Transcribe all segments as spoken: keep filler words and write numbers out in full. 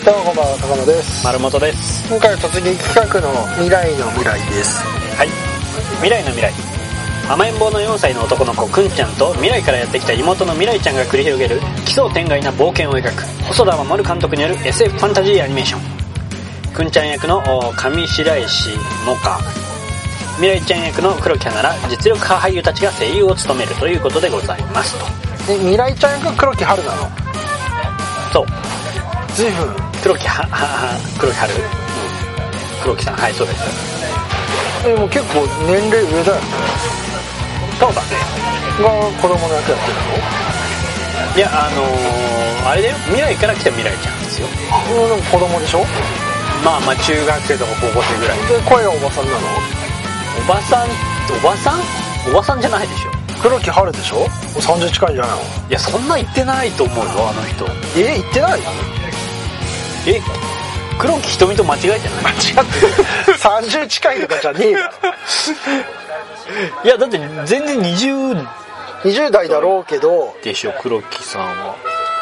どうもこんばんは、高野です。 丸本です。 今回は突撃企画の未来の未来です。 はい、未来の未来。甘えん坊のよんさいの男の子くんちゃんと未来からやってきた妹の未来ちゃんが繰り広げる奇想天外な冒険を描く細田守監督による エスエフ ファンタジーアニメーション。くんちゃん役の上白石萌歌、未来ちゃん役の黒木花なら実力派俳優たちが声優を務めるということでございますと。 で、未来ちゃん役黒木春なの？ そう、 ずいぶん黒木はは黒木春、うん、黒木さん、はい、そうです。 え、もう結構年齢上だよね。 そうだね。 が子供の役やってるの？いや、あのー、あれだよ、未来から来た未来ちゃんですよ。 の？でも子供でしょ？ まあまあ中学生とか高校生ぐらいで、声がおばさんなの？ おばさん、おばさんおばさんじゃないでしょ。 黒木春でしょ？さんじゅう近いんじゃないの？ いや、そんな言ってないと思うよ、あの人。 え、言ってない？ え、黒木瞳と間違えてない？ 間違ってる。さんじゅう近いとかじゃねえだろ。 いや、だって全然にじゅうにじゅう代だろうけどでしょ。黒木さんは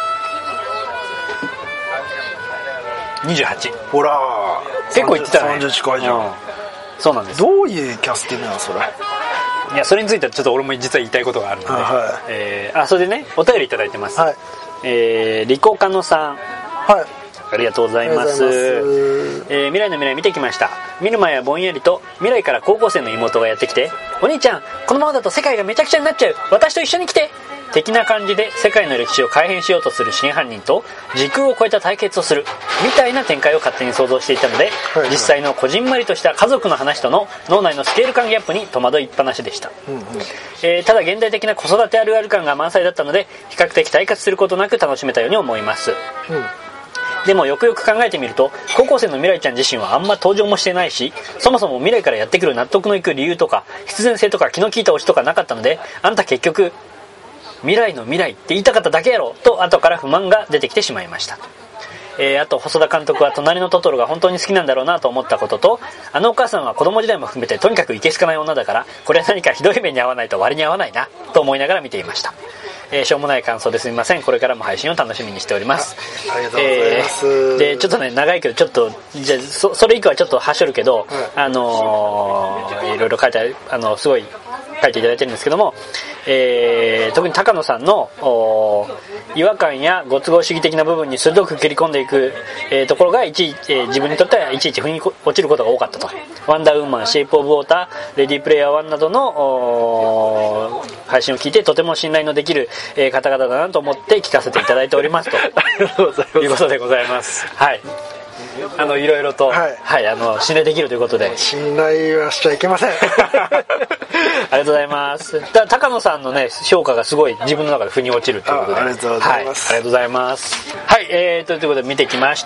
にじゅうはち。 ほら結構言ってたね。 さんじゅう近いじゃん、うん、 そうなんです。 どういうキャスティングなのそれ？ いや、それについてはちょっと俺も実は言いたいことがあるので、 はい、 えー、あ、それでね、お便りいただいてます。はい、えー、リコカノさん、 はい、 ありがとうございます。えー、未来の未来見てきました。見る前はぼんやりと未来から高校生の妹がやってきて、お兄ちゃん、このままだと世界がめちゃくちゃになっちゃう、私と一緒に来て的な感じで世界の歴史を改変しようとする真犯人と時空を超えた対決をするみたいな展開を勝手に想像していたので、はいはい、実際のこじんまりとした家族の話との脳内のスケール感ギャップに戸惑いっぱなしでした、うんうん、えー、ただ現代的な子育てあるある感が満載だったので比較的対決することなく楽しめたように思います、うん。でもよくよく考えてみると高校生の未来ちゃん自身はあんま登場もしてないし、そもそも未来からやってくる納得のいく理由とか必然性とか気の利いた推しとかなかったので、あんた結局未来の未来って言いたかっただけやろと後から不満が出てきてしまいました。えー、あと細田監督は隣のトトロが本当に好きなんだろうなと思ったことと、あのお母さんは子供時代も含めてとにかくいけすかない女だから、これは何かひどい目に遭わないと割に合わないなと思いながら見ていました。えー、しょうもない感想ですみません。これからも配信を楽しみにしております。 あ, ありがとうございます、えー、でちょっとね長いけどちょっとじゃあ そ, それ以降はちょっとはしょるけど、はい、あのー、いろいろ書いてあのすごい書いていただいてるんですけども、えー、特に高野さんの違和感やご都合主義的な部分に鋭く切り込んでいく、えー、ところがいちいち、えー、自分にとってはいちいち腑に落ちることが多かったと。ワンダーウーマン、シェイプオブウォーター、レディープレイヤーワンなどの配信を聞いてとても信頼のできる、えー、方々だなと思って聞かせていただいておりますということでございます。はい、あのいろいろと、はいはい、あの信頼できるということで。 信頼はしちゃいけません。 ありがとうございます。だ高野さんのね評価がすごい自分の中で腑に落ちるということで、 あ, ありがとうございます、 はい、ありがとうございます。はい、えー、ということで見てきました。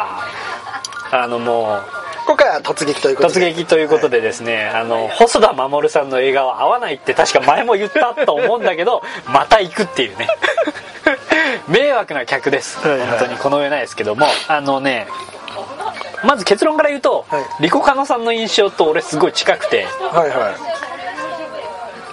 あのもう今回は突撃ということで突撃ということでですね、はい、あの細田守さんの映画は合わないって確か前も言ったと思うんだけどまた行くっていうね迷惑な客です、はいはい、本当にこの上ないですけども、あのねまず結論から言うと、はい、リコカノさんの印象と俺すごい近くて、はいはい、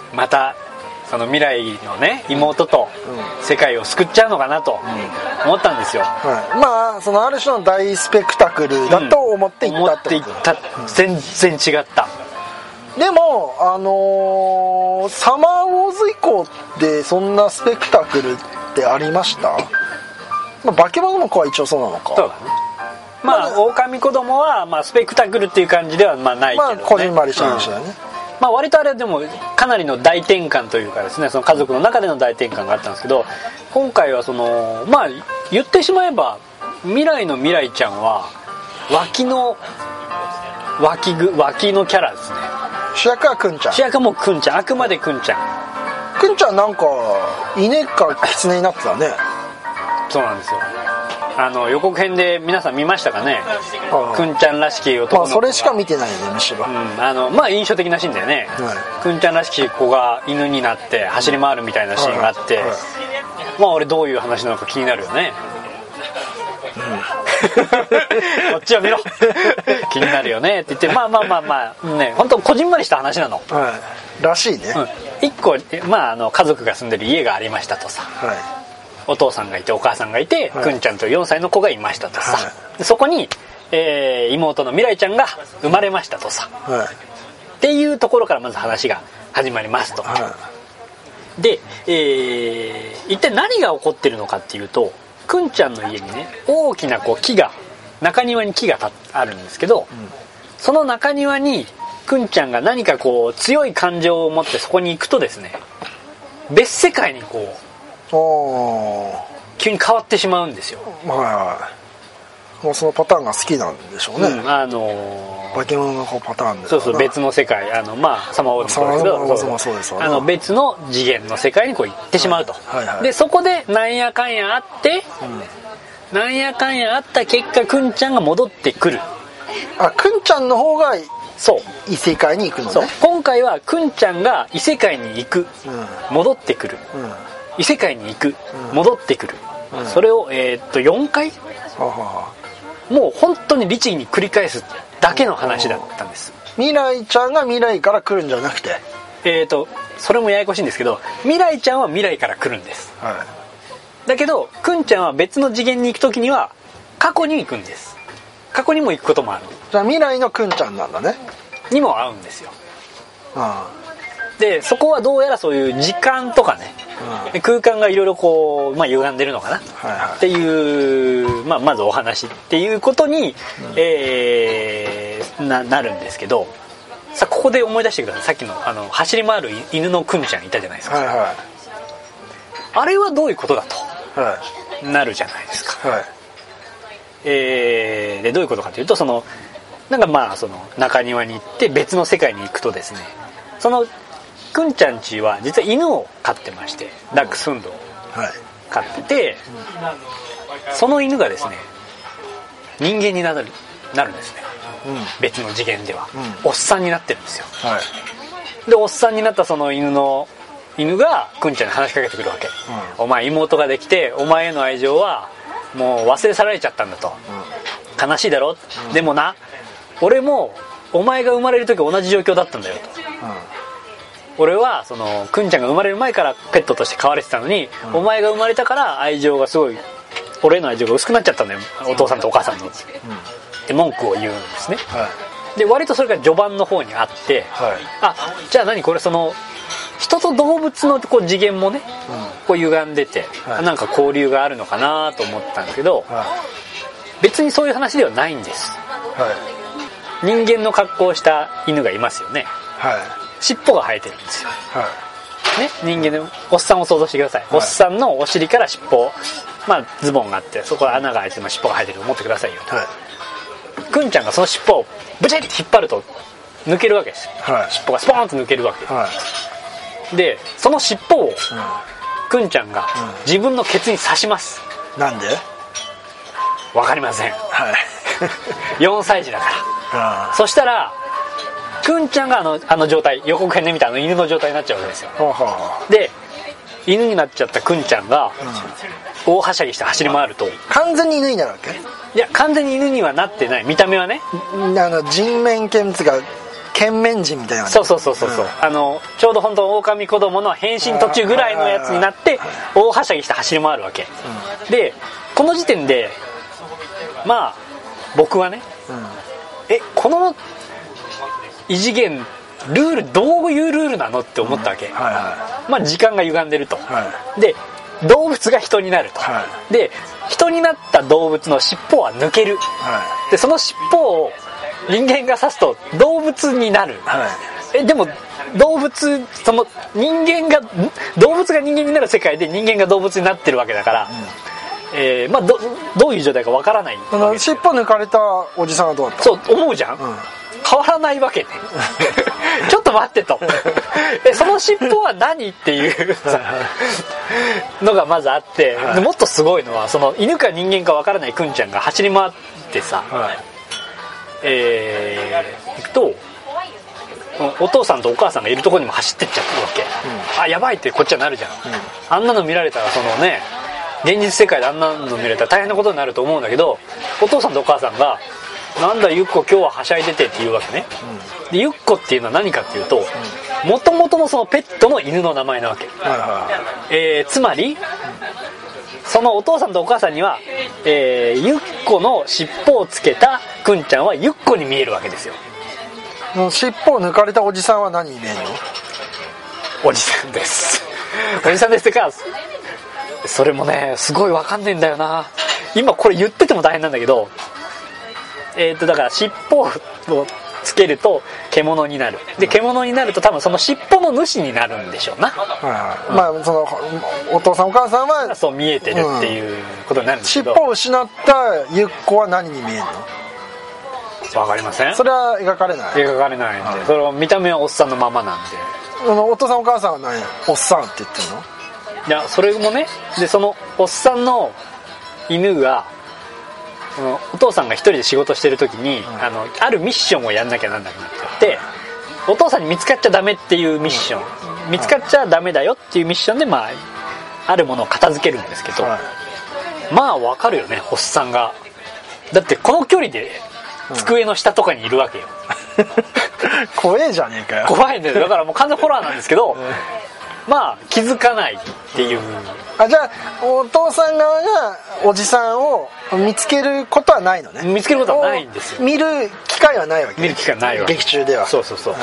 またその未来のね妹と世界を救っちゃうのかなと思ったんですよ、 はい、まあそのある種の大スペクタクルだと思っていったってこと、 うん、思っていった、全然違った。 でもあのー、サマーウォーズ以降ってそんなスペクタクルってありました？まあ、化け物の子は一応そうなのか。 そうだね。まあ、まあ、狼子供は、まあ、スペクタクルっていう感じではまあないけどね。 まあ、こじんまりした話だね。うん、 まあ、割とあれでもかなりの大転換というかですね、その家族の中での大転換があったんですけど、今回はそのまあ言ってしまえば未来の未来ちゃんは脇の脇ぐ脇のキャラですね。 主役はくんちゃん。 主役はもうくんちゃん、あくまでくんちゃん。 くんちゃんなんか犬か狐になってたね。 そうなんですよ。あの予告編で皆さん見ましたかね。くんちゃんらしき男の子が、まあ、 それしか見てないよねむしろ、 うん、あのまあ印象的なシーンだよね、はい、くんちゃんらしき子が犬になって走り回るみたいなシーンがあって、はいはいはい、まあ俺どういう話なのか気になるよね、うん、こっちを見ろ気になるよねって言って、まあまあまあまあね、本当こじんまりした話なの、 はい、らしいね、 うん、一個、まあ、あの家族が住んでる家がありましたとさ、はい、 お父さんがいてお母さんがいて、はい、くんちゃんというよんさいの子がいましたとさ、はい、そこに、えー、妹の未来ちゃんが生まれましたとさ、はい、っていうところからまず話が始まりますと、はい、で、えー、一体何が起こってるのかっていうと、くんちゃんの家にね大きなこう木が中庭に木があるんですけど、うん、その中庭にくんちゃんが何かこう強い感情を持ってそこに行くとですね、別世界にこう急に変わってしまうんですよ。 はいはい。もうそのパターンが好きなんでしょうね、うん、 あのー、 化け物のパターンで、 そうそう、別の世界、あのまあサマーウォーズもそうですけど、あの別の次元の世界にこう行ってしまうと、はいはいはい、でそこでなんやかんやあって、うん、なんやかんやあった結果くんちゃんが戻ってくる。 あ、くんちゃんの方がそう異世界に行くのね。 そう、今回はくんちゃんが異世界に行く、うん、戻ってくる、うん、異世界に行く、うん、戻ってくる、うん、それを、えー、っとよんかい、ははもう本当に律儀に繰り返すだけの話だったんです。 未来ちゃんが未来から来るんじゃなくて、 えー、っとそれもややこしいんですけど、未来ちゃんは未来から来るんです、はい、だけどくんちゃんは別の次元に行く時には過去に行くんです。過去にも行くこともある。 じゃあ未来のくんちゃんなんだね。 にも会うんですよ。ああでそこはどうやらそういう時間とかね、うん、空間がいろいろこう、まあ、歪んでるのかな、はいはい、っていう、まあ、まずお話っていうことに、うんえー、な, なるんですけど、さあここで思い出してください。さっき の, あの走り回る犬のくんちゃんいたじゃないですか、はいはい、あれはどういうことだと、はい、なるじゃないですか、はいえー、でどういうことかというと、そのなんかまあその中庭に行って別の世界に行くとですね、そのくんちゃんちは実は犬を飼ってまして、ダックスフンドを飼ってて、その犬がですね人間になる、なるんですね、うん、別の次元では、うん、おっさんになってるんですよ、はい、でおっさんになったその犬の犬がくんちゃんに話しかけてくるわけ、うん、お前妹ができてお前への愛情はもう忘れ去られちゃったんだと、うん、悲しいだろ、うん、でもな俺もお前が生まれる時同じ状況だったんだよと、うん、俺はそのくんちゃんが生まれる前からペットとして飼われてたのに、うん、お前が生まれたから愛情がすごい、俺への愛情が薄くなっちゃったんだよ、お父さんとお母さんの、うん、って文句を言うんですね、はい、で割とそれが序盤の方にあって、はい、あじゃあ何これその人と動物のこう次元もね、うん、こう歪んでて、はい、なんか交流があるのかなと思ったんですけど、はい、別にそういう話ではないんです、はい、人間の格好をした犬がいますよね、はい、尻尾が生えてるんですよ、はいね、人間のおっさんを想像してください、はい、おっさんのお尻から尻尾、まあ、ズボンがあってそこ穴が開いて尻尾が生えてると思ってくださいよ、はい、くんちゃんがその尻尾をブチッて引っ張ると抜けるわけです、はい、尻尾がスポーンと抜けるわけです、はいでその尻尾を、うん、くんちゃんが自分のケツに刺します、 うん、なんでわかりません、はい、よんさい児だからそしたらくんちゃんがあの、あの状態予告編で見たあの犬の状態になっちゃうわけですよ、ははで犬になっちゃったくんちゃんが、うん、大はしゃぎして走り回ると完全に犬になるわけ？ いや完全に犬にはなってない、見た目はねあの人面犬つが剣面人みたいな、 そうそうそうそう、うん、あのちょうど本当狼子供の変身途中ぐらいのやつになって大はしゃぎして走り回るわけ、うん、でこの時点でまあ僕はね、うん、えこの異次元ルールどういうルールなのって思ったわけ、うんはいはい、まあ時間が歪んでると、はい、で動物が人になると、はい、で人になった動物の尻尾は抜ける、はい、でその尻尾を人間が刺すと動物になる、はい、えでも動物その人間が動物が人間になる世界で人間が動物になってるわけだから、うんえーまあ、ど, どういう状態かわからない。 あの尻尾抜かれたおじさんはどうだった？ そう思うじゃん、うん、変わらないわけねちょっと待ってとえその尻尾は何っていうのがまずあって、はい、でもっとすごいのはその犬か人間かわからないくんちゃんが走り回ってさ、はいえー、行くとお父さんとお母さんがいるところにも走ってっちゃってるわけ、うん、あやばいってこっちはなるじゃん、うん、あんなの見られたらそのね現実世界であんなの見られたら大変なことになると思うんだけど、お父さんとお母さんがなんだゆっこ今日ははしゃいでてって言うわけね、うん、でゆっこっていうのは何かっていうともともとのそのペットの犬の名前なわけ、うんえー、つまりそのお父さんとお母さんには、えー、ゆっこの尻尾をつけたくんちゃんはゆっこに見えるわけですよ。 尻尾を抜かれたおじさんは何に見えるの？ おじさんですおじさんですか。それもねすごい分かんねえんだよな。今これ言ってても大変なんだけど、えーとだから尻尾をつけると獣になる。で獣になると多分その尻尾の主になるんでしょうな。 はい、うん、まあそのお父さんお母さんはそう見えてるっていうことになるんですけど、 うん、尻尾を失ったゆっこは何に見えるの？ わかりません。 それは描かれない。 描かれないんで、それは見た目はおっさんのままなんで。 あのお父さんお母さんは何おっさんって言ってるの？ いやそれもね、でそのおっさんの犬がそのお父さんが一人で仕事してる時に、うん、あのあるミッションをやんなきゃなんなくなっちゃって、お父さんに見つかっちゃダメっていうミッション、うん、見つかっちゃダメだよっていうミッションで、まああるものを片付けるんですけど、はい、まあわかるよねおっさんが。だってこの距離で机の下とかにいるわけよ、 うん、怖えじゃねえかよ。 怖いんだよ。だからもう完全ホラーなんですけど、うん、まあ気づかないっていう、うん、 あ、じゃあお父さん側がおじさんを見つけることはないのね。 見つけることはないんですよ。 見る機会はないわけ。 見る機会ないわけ。 劇中では。 そうそうそう、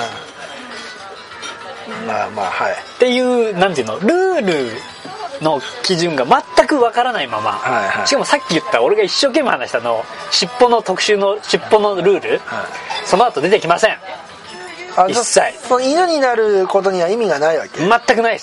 うん、まあまあはいっていうなんていうのルールの基準が全くわからないまま、はいはい、しかもさっき言った俺が一生懸命話したの尻尾の特集の尻尾のルール、はい、その後出てきません。あ一切その犬になることには意味がないわけ。 全くないです。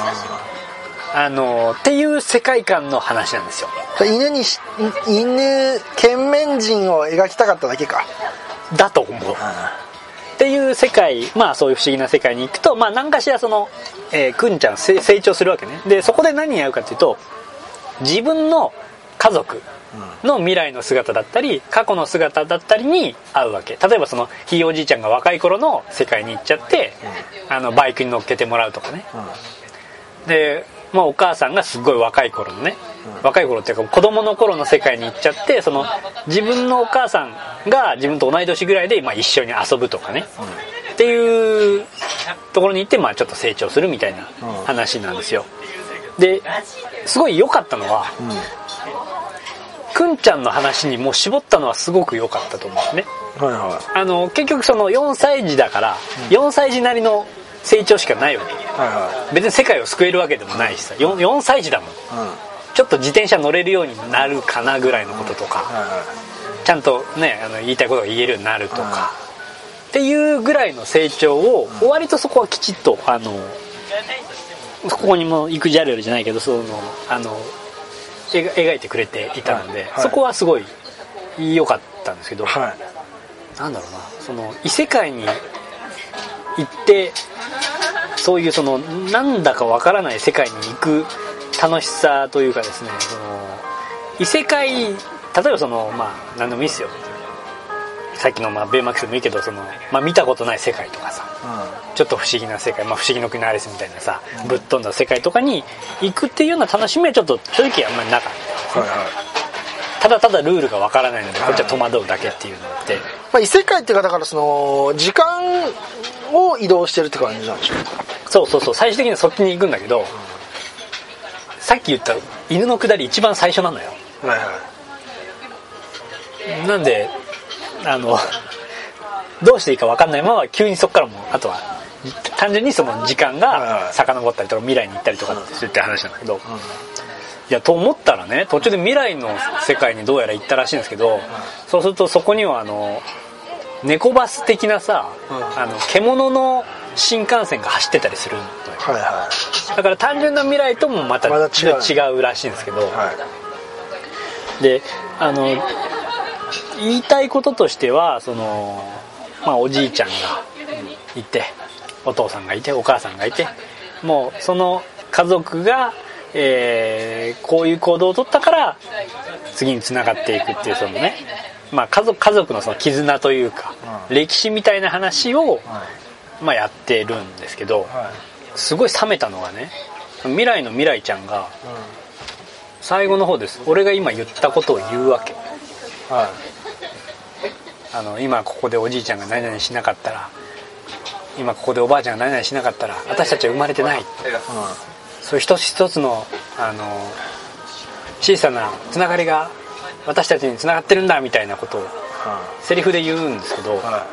あのっていう世界観の話なんですよ。 犬にし犬犬面人を描きたかっただけかだと思う。っていう世界、まあそういう不思議な世界に行くと、まあ何かしらその、えー、くんちゃん成長するわけね。でそこで何に会うかっていうと、自分の家族の未来の姿だったり過去の姿だったりに会うわけ。例えばそのひいおじいちゃんが若い頃の世界に行っちゃって、あのバイクに乗っけてもらうとかね。で、まあ、お母さんがすごい若い頃のね、若い頃っていうか子供の頃の世界に行っちゃって、その自分のお母さんが自分と同い年ぐらいで、まあ、一緒に遊ぶとかね、うん、っていうところに行って、まあ、ちょっと成長するみたいな話なんですよ。ですごい良かったのは、うん、くんちゃんの話にもう絞ったのはすごく良かったと思うんですね、はいはい、あの結局そのよんさい児だから、うん、よんさい児なりの成長しかないわけ、はいはい、別に世界を救えるわけでもないしさ、 4, よんさい児だもん、うん、ちょっと自転車乗れるようになるかなぐらいのこととか、うんはいはい、ちゃんとねあの言いたいことが言えるようになるとか、うん、っていうぐらいの成長を、うん、割とそこはきちっとあのここにも育児あるあるじゃないけどそのあの描いてくれていたので、はいはい、そこはすごい良かったんですけど、はい、なんだろうな、その異世界に行ってそういうそのなんだかわからない世界に行く楽しさというかですね、その異世界、例えばそのまあ何でもいいですよ、さっきのまあベイマックスでもいいけど、そのまあ見たことない世界とかさ、うん、ちょっと不思議な世界、まあ不思議の国のアリスみたいなさ、うん、ぶっ飛んだ世界とかに行くっていうような楽しみはちょっと正直あんまりなかった、はいはい、ただただルールがわからないのでこっちは戸惑うだけっていうのって、 まあ、異世界っていうかだからその時間を移動してるって感じなんでしょう。 そうそうそう、最終的にはそっちに行くんだけど、うん、さっき言った犬の下り一番最初なのよ、はいはい、なんであのどうしていいか分かんないまま急にそこからもうあとは単純にその時間が遡ったりとか未来に行ったりとかするって話なんだけど、うん、いやと思ったらね、途中で未来の世界にどうやら行ったらしいんですけど、うん、そうするとそこにはあの猫バス的なさ、うん、あの獣の新幹線が走ってたりするのよ、はいはい、だから単純な未来ともまた違 う,、ま、違うらしいんですけど、はい、であの言いたいこととしてはその、まあ、おじいちゃんがいて、お父さんがいて、お母さんがいて、もうその家族が、えー、こういう行動を取ったから次に繋がっていくっていうそのね、まあ、家族、家族のその絆というか、うん、歴史みたいな話を、うん、まあ、やってるんですけど、はい、すごい冷めたのがね、未来の未来ちゃんが、うん、最後の方です、俺が今言ったことを言うわけ、はい、あの今ここでおじいちゃんが何々しなかったら、今ここでおばあちゃんが何々しなかったら私たちは生まれてない、うん、そういう一つ一つのあの小さなつながりが私たちにつながってるんだみたいなことをセリフで言うんですけど、はい、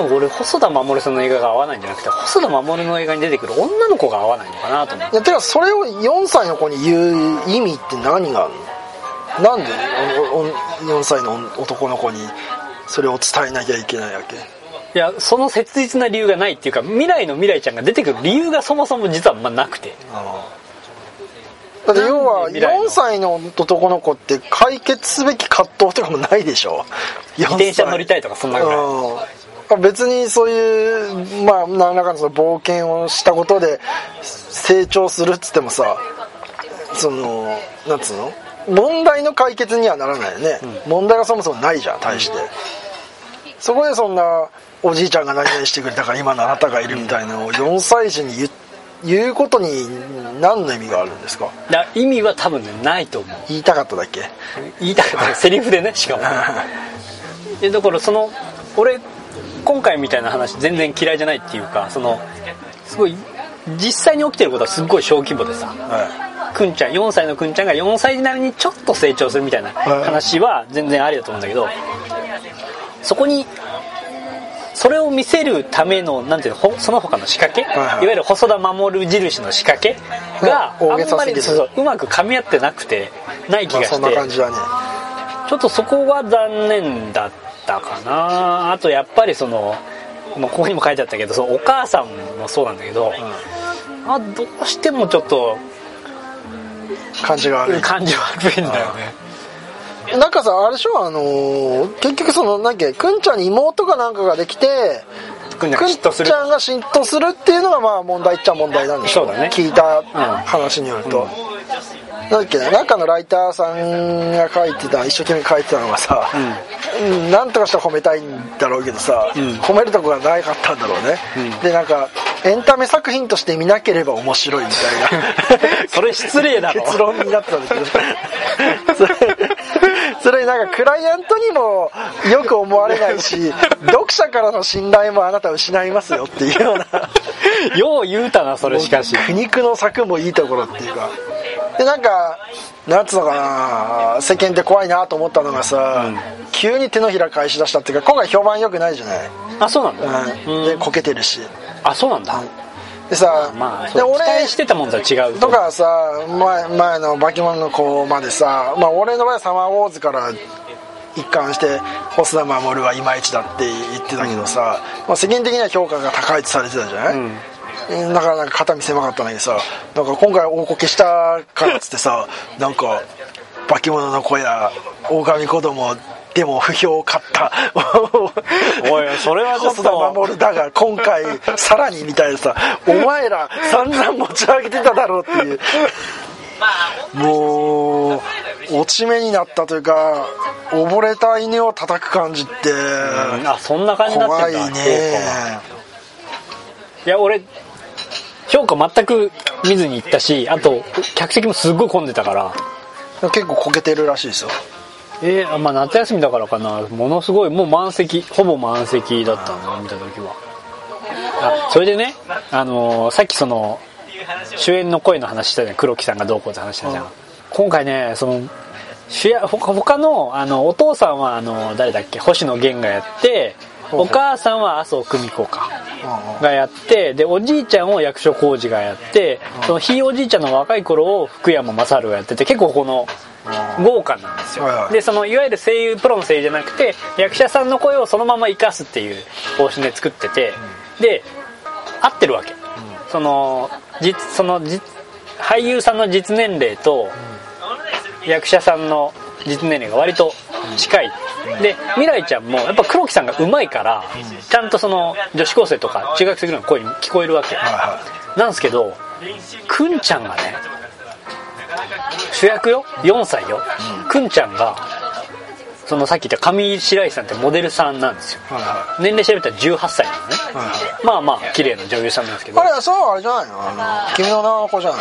俺細田守さんの映画が合わないんじゃなくて細田守の映画に出てくる女の子が合わないのかなと思って。 いやてかそれをよんさいの子に言う意味って何があるの？なんでよんさいの男の子にそれを伝えなきゃいけないわけ？ いやその切実な理由がないっていうか、未来の未来ちゃんが出てくる理由がそもそも実はまあなくて、あだって要はよんさいの男の子って解決すべき葛藤とかもないでしょ。 自転車乗りたいとかそんなぐらい、 うん、別にそういうまあ何らかのその冒険をしたことで成長するっつってもさ、そのなんつうの問題の解決にはならないよね、うん、問題がそもそもないじゃん対して、うん、そこでそんなおじいちゃんが何々してくれたから今のあなたがいるみたいなのをよんさい児に言言うことに何の意味があるんですか？ だ意味は多分ねないと思う。 言いたかっただけ言いたかったセリフでね、しかもでだからその俺今回みたいな話全然嫌いじゃないっていうか、そのすごい実際に起きてることはすっごい小規模でさ、はい、くんちゃんよんさいのくんちゃんがよんさい児なりにちょっと成長するみたいな話は全然ありだと思うんだけど、そこにそれを見せるためのなんていうのその他の仕掛け、はいはい、いわゆる細田守印の仕掛けがあんまりそうそううまく噛み合ってなくてない気がして、 まあそんな感じだね。 ちょっとそこは残念だったかな。あとやっぱりそのもうここにも書いてあったけど、そのお母さんもそうなんだけど、うん、あどうしてもちょっと感じが悪い感じ悪いんだよね。 なんかさあれでしょ、あのー、結局そのなんかくんちゃんに妹かなんかができてくんちゃんが嫉妬するっていうのがまあ問題っちゃ問題なんでしょう、ね、聞いた話によると、うんなんだっけな、中のライターさんが書いてた一生懸命書いてたのがさ、うん、なんとかしたら褒めたいんだろうけどさ、うん、褒めるとこがなかったんだろうね、うん、でなんかエンタメ作品として見なければ面白いみたいなそれ失礼だろ結論になったんだけどそれそれなんかクライアントにもよく思われないし読者からの信頼もあなた失いますよっていうようなよう言うたなそれ。しかし苦肉の策もいいところっていうかで、なんかなんつうのかな、世間って怖いなと思ったのがさ、うん、急に手のひら返し出したっていうか今回評判良くないじゃない。 あ、そうなんだ、 うん、でこけてるし。 あ、そうなんだ、うんでさ、 まあ、で俺期待してたもんとは違うとかさ、前, 前の化け物の子までさ、まあ、俺の場合はサマーウォーズから一貫して細田守はいまいちだって言ってたけどさ、うんまあ、世間的には評価が高いってされてたじゃない、うん、だからなんか肩身狭かったんだけどさ、なんか今回大こけしたからっつってさなんか化け物の子や狼子供でも不評を買ったおいそれはちょっと細田守だが今回さらにみたいなさお前ら散々持ち上げてただろうっていうもう落ち目になったというか溺れた犬を叩く感じってあそんな感じになってんだ。 怖いね。 いや俺評価全く見ずに行ったし、あと客席もすっごい混んでたから結構こけてるらしいですよ。 えー、まあ夏休みだからかな、ものすごいもう満席、ほぼ満席だったの見た時は。あそれでね、あのー、さっきその主演の声の話したじゃん、黒木さんがどうこうって話したじゃん、うん、今回ねその主演 他, 他の, あのお父さんはあの誰だっけ星野源がやって、お母さんは麻生久美子かがやって、でおじいちゃんを役所広司がやって、そのひいおじいちゃんの若い頃を福山雅治がやってて、結構この豪華なんですよ、はいはい、でそのいわゆる声優プロの声優じゃなくて役者さんの声をそのまま生かすっていう方針で作ってて、うん、で合ってるわけ、うん、その実その実俳優さんの実年齢と、うん、役者さんの実年齢が割と近い、うん、で未来ちゃんもやっぱ黒木さんが上手いから、うん、ちゃんとその女子高生とか中学生ぐらいの声に聞こえるわけ、はいはい、なんですけどくんちゃんがね主役よよんさいよ、うん、くんちゃんがそのさっき言った上白石さんってモデルさんなんですよ、はいはい、年齢調べたらじゅうはっさいなのね、はいはい、まあまあ綺麗な女優さんなんですけど、 あれそうあれじゃないの、あの君の名の子じゃないの、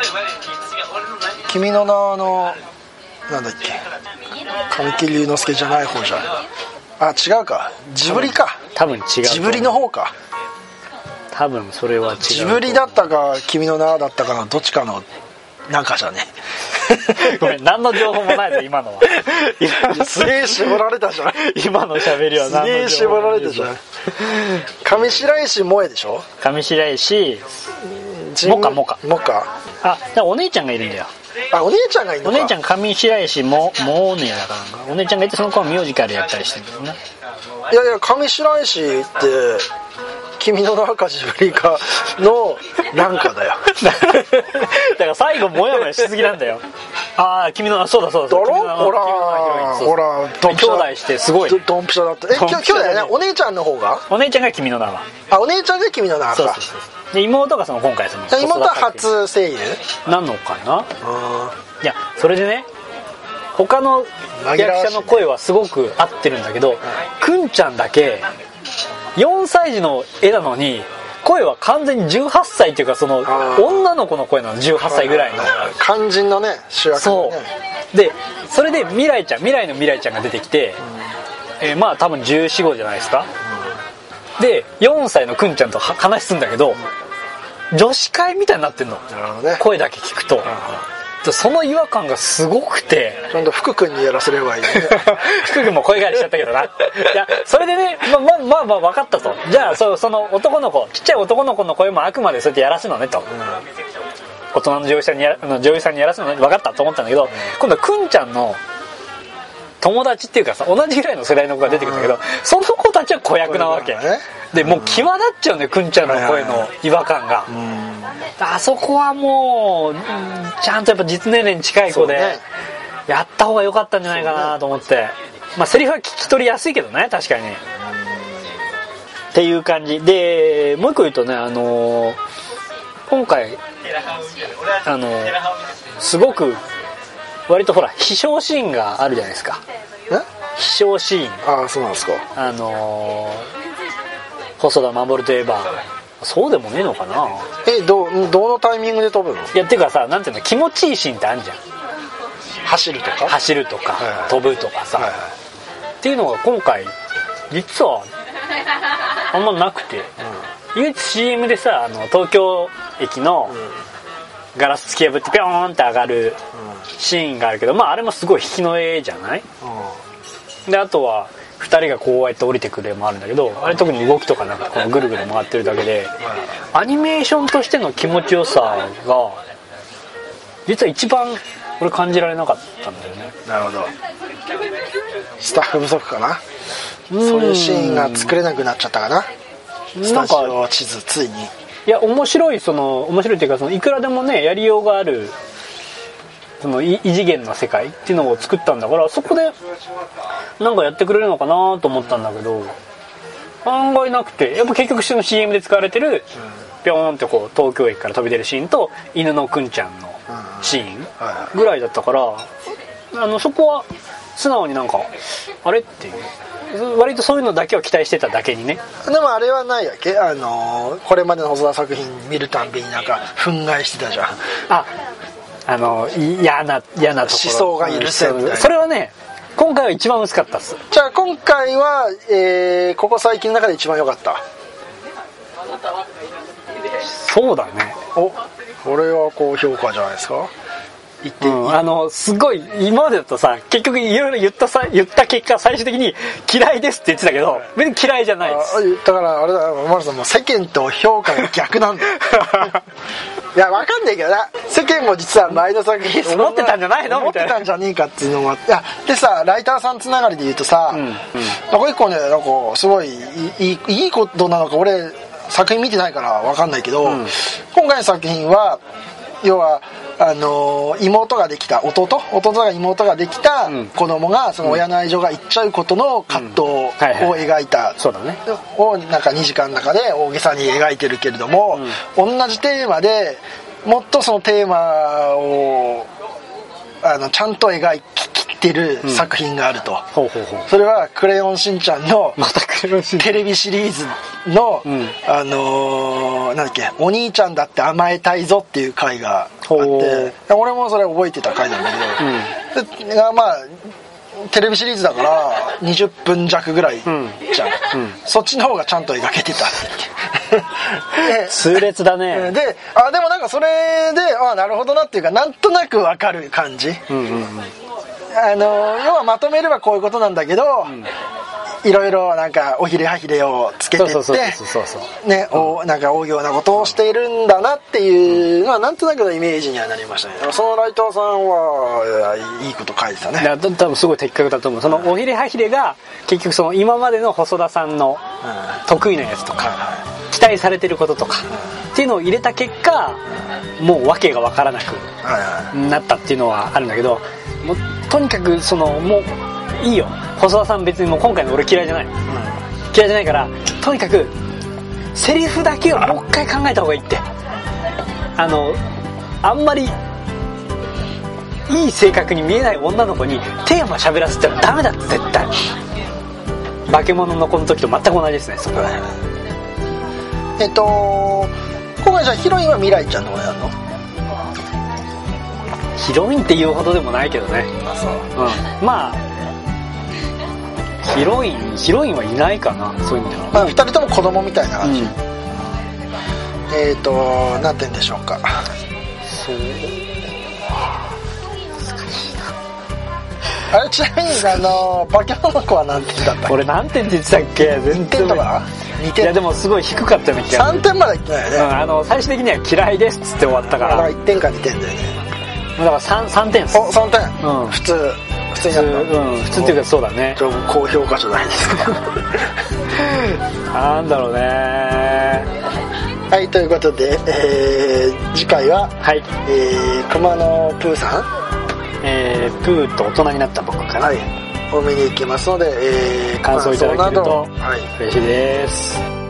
君の名のなんだっけ神木隆之介じゃない方じゃない、あ違うかジブリか、 多分違うジブリの方か、 多分それは違う、 ジブリだったか君の名だったかのどっちかのなんかじゃねごめん何の情報もないぞ今のは今のすげえ絞られたじゃん今の喋りは何の情報もない。 すげえ絞られたじゃん。上白石萌えでしょ。 上白石モカモカモカあ、だお姉ちゃんがいるんだよ。 あ、お姉ちゃんがいるのか。 お姉ちゃん上白石もモーネだからなんかお姉ちゃんがいてその子はミュージカルやったりしてるんだよね。 いやいや上白石って君の名はジブリカのなんかだよだから最後モヤモヤしすぎなんだよ。ああ君のそうだそうだだろ。ほらほら兄弟してすごい、ね、 ドンピシャだった。え今日だよね。お姉ちゃんの方がお姉ちゃんが君の名はあお姉ちゃんが君の名はか。そうそうそうで妹がその今回その妹は初声優なのかな。いやそれでね他の役者の声はすごく合ってるんだけどくんちゃんだけよんさい児の絵なのに声は完全にじゅうはっさいっていうかその女の子の声なの。じゅうはっさいぐらいの肝心のね主役のね。 そうでそれで未来ちゃん未来の未来ちゃんが出てきて、うん、えー、まあ多分じゅうよん、ごじゃないですか、うん、でよんさいのくんちゃんと話すんだけど女子会みたいになってんの。なるほどね。声だけ聞くと、うんその違和感がすごくてちゃんと福君にやらせればいいね福君も声変わりしちゃったけどないやそれでねまあまあまあまあ分かったと。じゃあ そ, その男の子ちっちゃい男の子の声もあくまでそうやってやらすのねと、うん、大人の女優さんにや女優さんにやらすのね分かったと思ったんだけど、うん、今度はくんちゃんの友達っていうかさ同じぐらいの世代の子が出てくるんだけど、うん、その子たちは子役なわけ、ね、でもう際立っちゃうんだよくんちゃんの声の違和感が、うん、あそこはもうちゃんとやっぱ実年齢に近い子でやった方が良かったんじゃないかなと思って、まあセリフは聞き取りやすいけどね確かに、うん、っていう感じでもう一個言うとねあのー、今回あのー、すごく割とほら飛翔シーンがあるじゃないですか。飛翔シーン。 ああそうなんですか。 あのー、細田守といえばそうでもねえのかな。 えどどのタイミングで飛ぶの。 いやっていうかさなんていうの気持ちいいシーンってあるじゃん。 走るとか走るとか、はいはい、飛ぶとかさ、はいはい、っていうのが今回実はあんまなくて、うん、唯一 シーエム でさあの東京駅の、うん、ガラス突き破ってピョーンって上がるシーンがあるけど、まああれもすごい引きの絵じゃない、うん、であとはふたりがこうやって降りてくる絵もあるんだけどあれ特に動きとかなんかこのぐるぐる回ってるだけでアニメーションとしての気持ちよさが実は一番俺感じられなかったんだよね。 なるほど。スタッフ不足かな。そういうシーンが作れなくなっちゃったかな。スタジオ地図ついに。 いや面白いその面白いっていうかそのいくらでもねやりようがあるその異次元の世界っていうのを作ったんだからそこでなんかやってくれるのかなと思ったんだけど案外なくてやっぱ結局その シーエム で使われてるピョーンってこう東京駅から飛び出るシーンと犬のくんちゃんのシーンぐらいだったからあのそこは素直になんかあれっていう割とそういうのだけを期待してただけにね。 でもあれはないやっけあのこれまでの細田作品見るたんびになんか憤慨してたじゃん。 ああの嫌な嫌なところ思想が許せんみたいな。 それはね今回は一番薄かったっす。 じゃあ今回は、えー、ここ最近の中で一番良かった。 そうだね。 おこれは高評価じゃないですか。言っていい、 うん、あのすごい今までだとさ結局いろいろ言ったさ言った結果最終的に嫌いですって言ってたけど別に嫌いじゃないです。 だからあれだ丸さんも世間と評価が逆なんだよいや分かんないけどな世間も実は前の作品思ってたんじゃないの思ってたんじゃねえかっていうのもあっていやでさライターさんつながりで言うとさ、うんうん、なんか一個ねなんかすごいいいいいことなのか俺作品見てないから分かんないけど、うん、今回の作品は要はあのー、妹ができた弟弟が妹ができた子供がその親の愛情がいっちゃうことの葛藤を描いたをなんかにじかんの中で大げさに描いてるけれども、うん、同じテーマでもっとそのテーマをあのちゃんと描ききってる作品があると、うん、ほうほうほうそれはクレヨンしんちゃんのまたクレヨンしんちゃんテレビシリーズの、うん、あのー、なんだっけお兄ちゃんだって甘えたいぞっていう回があって俺もそれ覚えてた回なんだけど、うん、でまあテレビシリーズだからにじゅっぷん弱ぐらいじゃん、うんうん、そっちの方がちゃんと描けてたって痛烈だね。 で、あ、でもなんかそれで、あ、なるほどなっていうか、なんとなくわかる感じ。うんうんうん、あの要はまとめればこういうことなんだけど、うん、いろいろなんかおひれはひれをつけてってね、おなんか大行なことをしているんだなっていうのはなんとなくのイメージにはなりましたね。そのライターさんはいいこと書いてたね。 いや多分すごい的確だと思う。そのおひれはひれが結局その今までの細田さんの得意なやつとか、うん、期待されてることとか、うん、っていうのを入れた結果、もう訳が分からなくなったっていうのはあるんだけど、もうとにかくそのもういいよ、細田さん別にもう今回の俺嫌いじゃない、うん、嫌いじゃないから、とにかくセリフだけをもう一回考えた方がいいって。あのあんまりいい性格に見えない女の子にテーマ喋らせたらダメだって絶対。化け物の子の時と全く同じですね、そこは。 えっと今回じゃあヒロインは未来ちゃんの方やんの？ ヒロインっていうほどでもないけどね。あ、そう。うん。まあヒロインヒロインはいないかな、そういう意味では。 まあふたりとも子供みたいな感じ。うん、えっと何点でしょうか。そう。難しいな。あれちなみにあの化け物の子は何点だったっけ？ 俺何点って言ってたっけ？全然。にてんとか？にてん。いやでもすごい低かったよね。 さんてんまでいってないよね。 うん、あの最終的には嫌いですっつって終わったから。 だからいってんかにてんだよね。 だから 3, 3点です。 お、さんてん、うん、普通普通になった。 うん、普通っていうかそうだね。 高評価じゃないですか。 なんだろうね。 はい、ということで、えー、次回は、はい、えー、熊野プーさん、 えー、プーと大人になった僕かな、 はい、お見に行きますので、えー、 感想いただけると嬉しいです。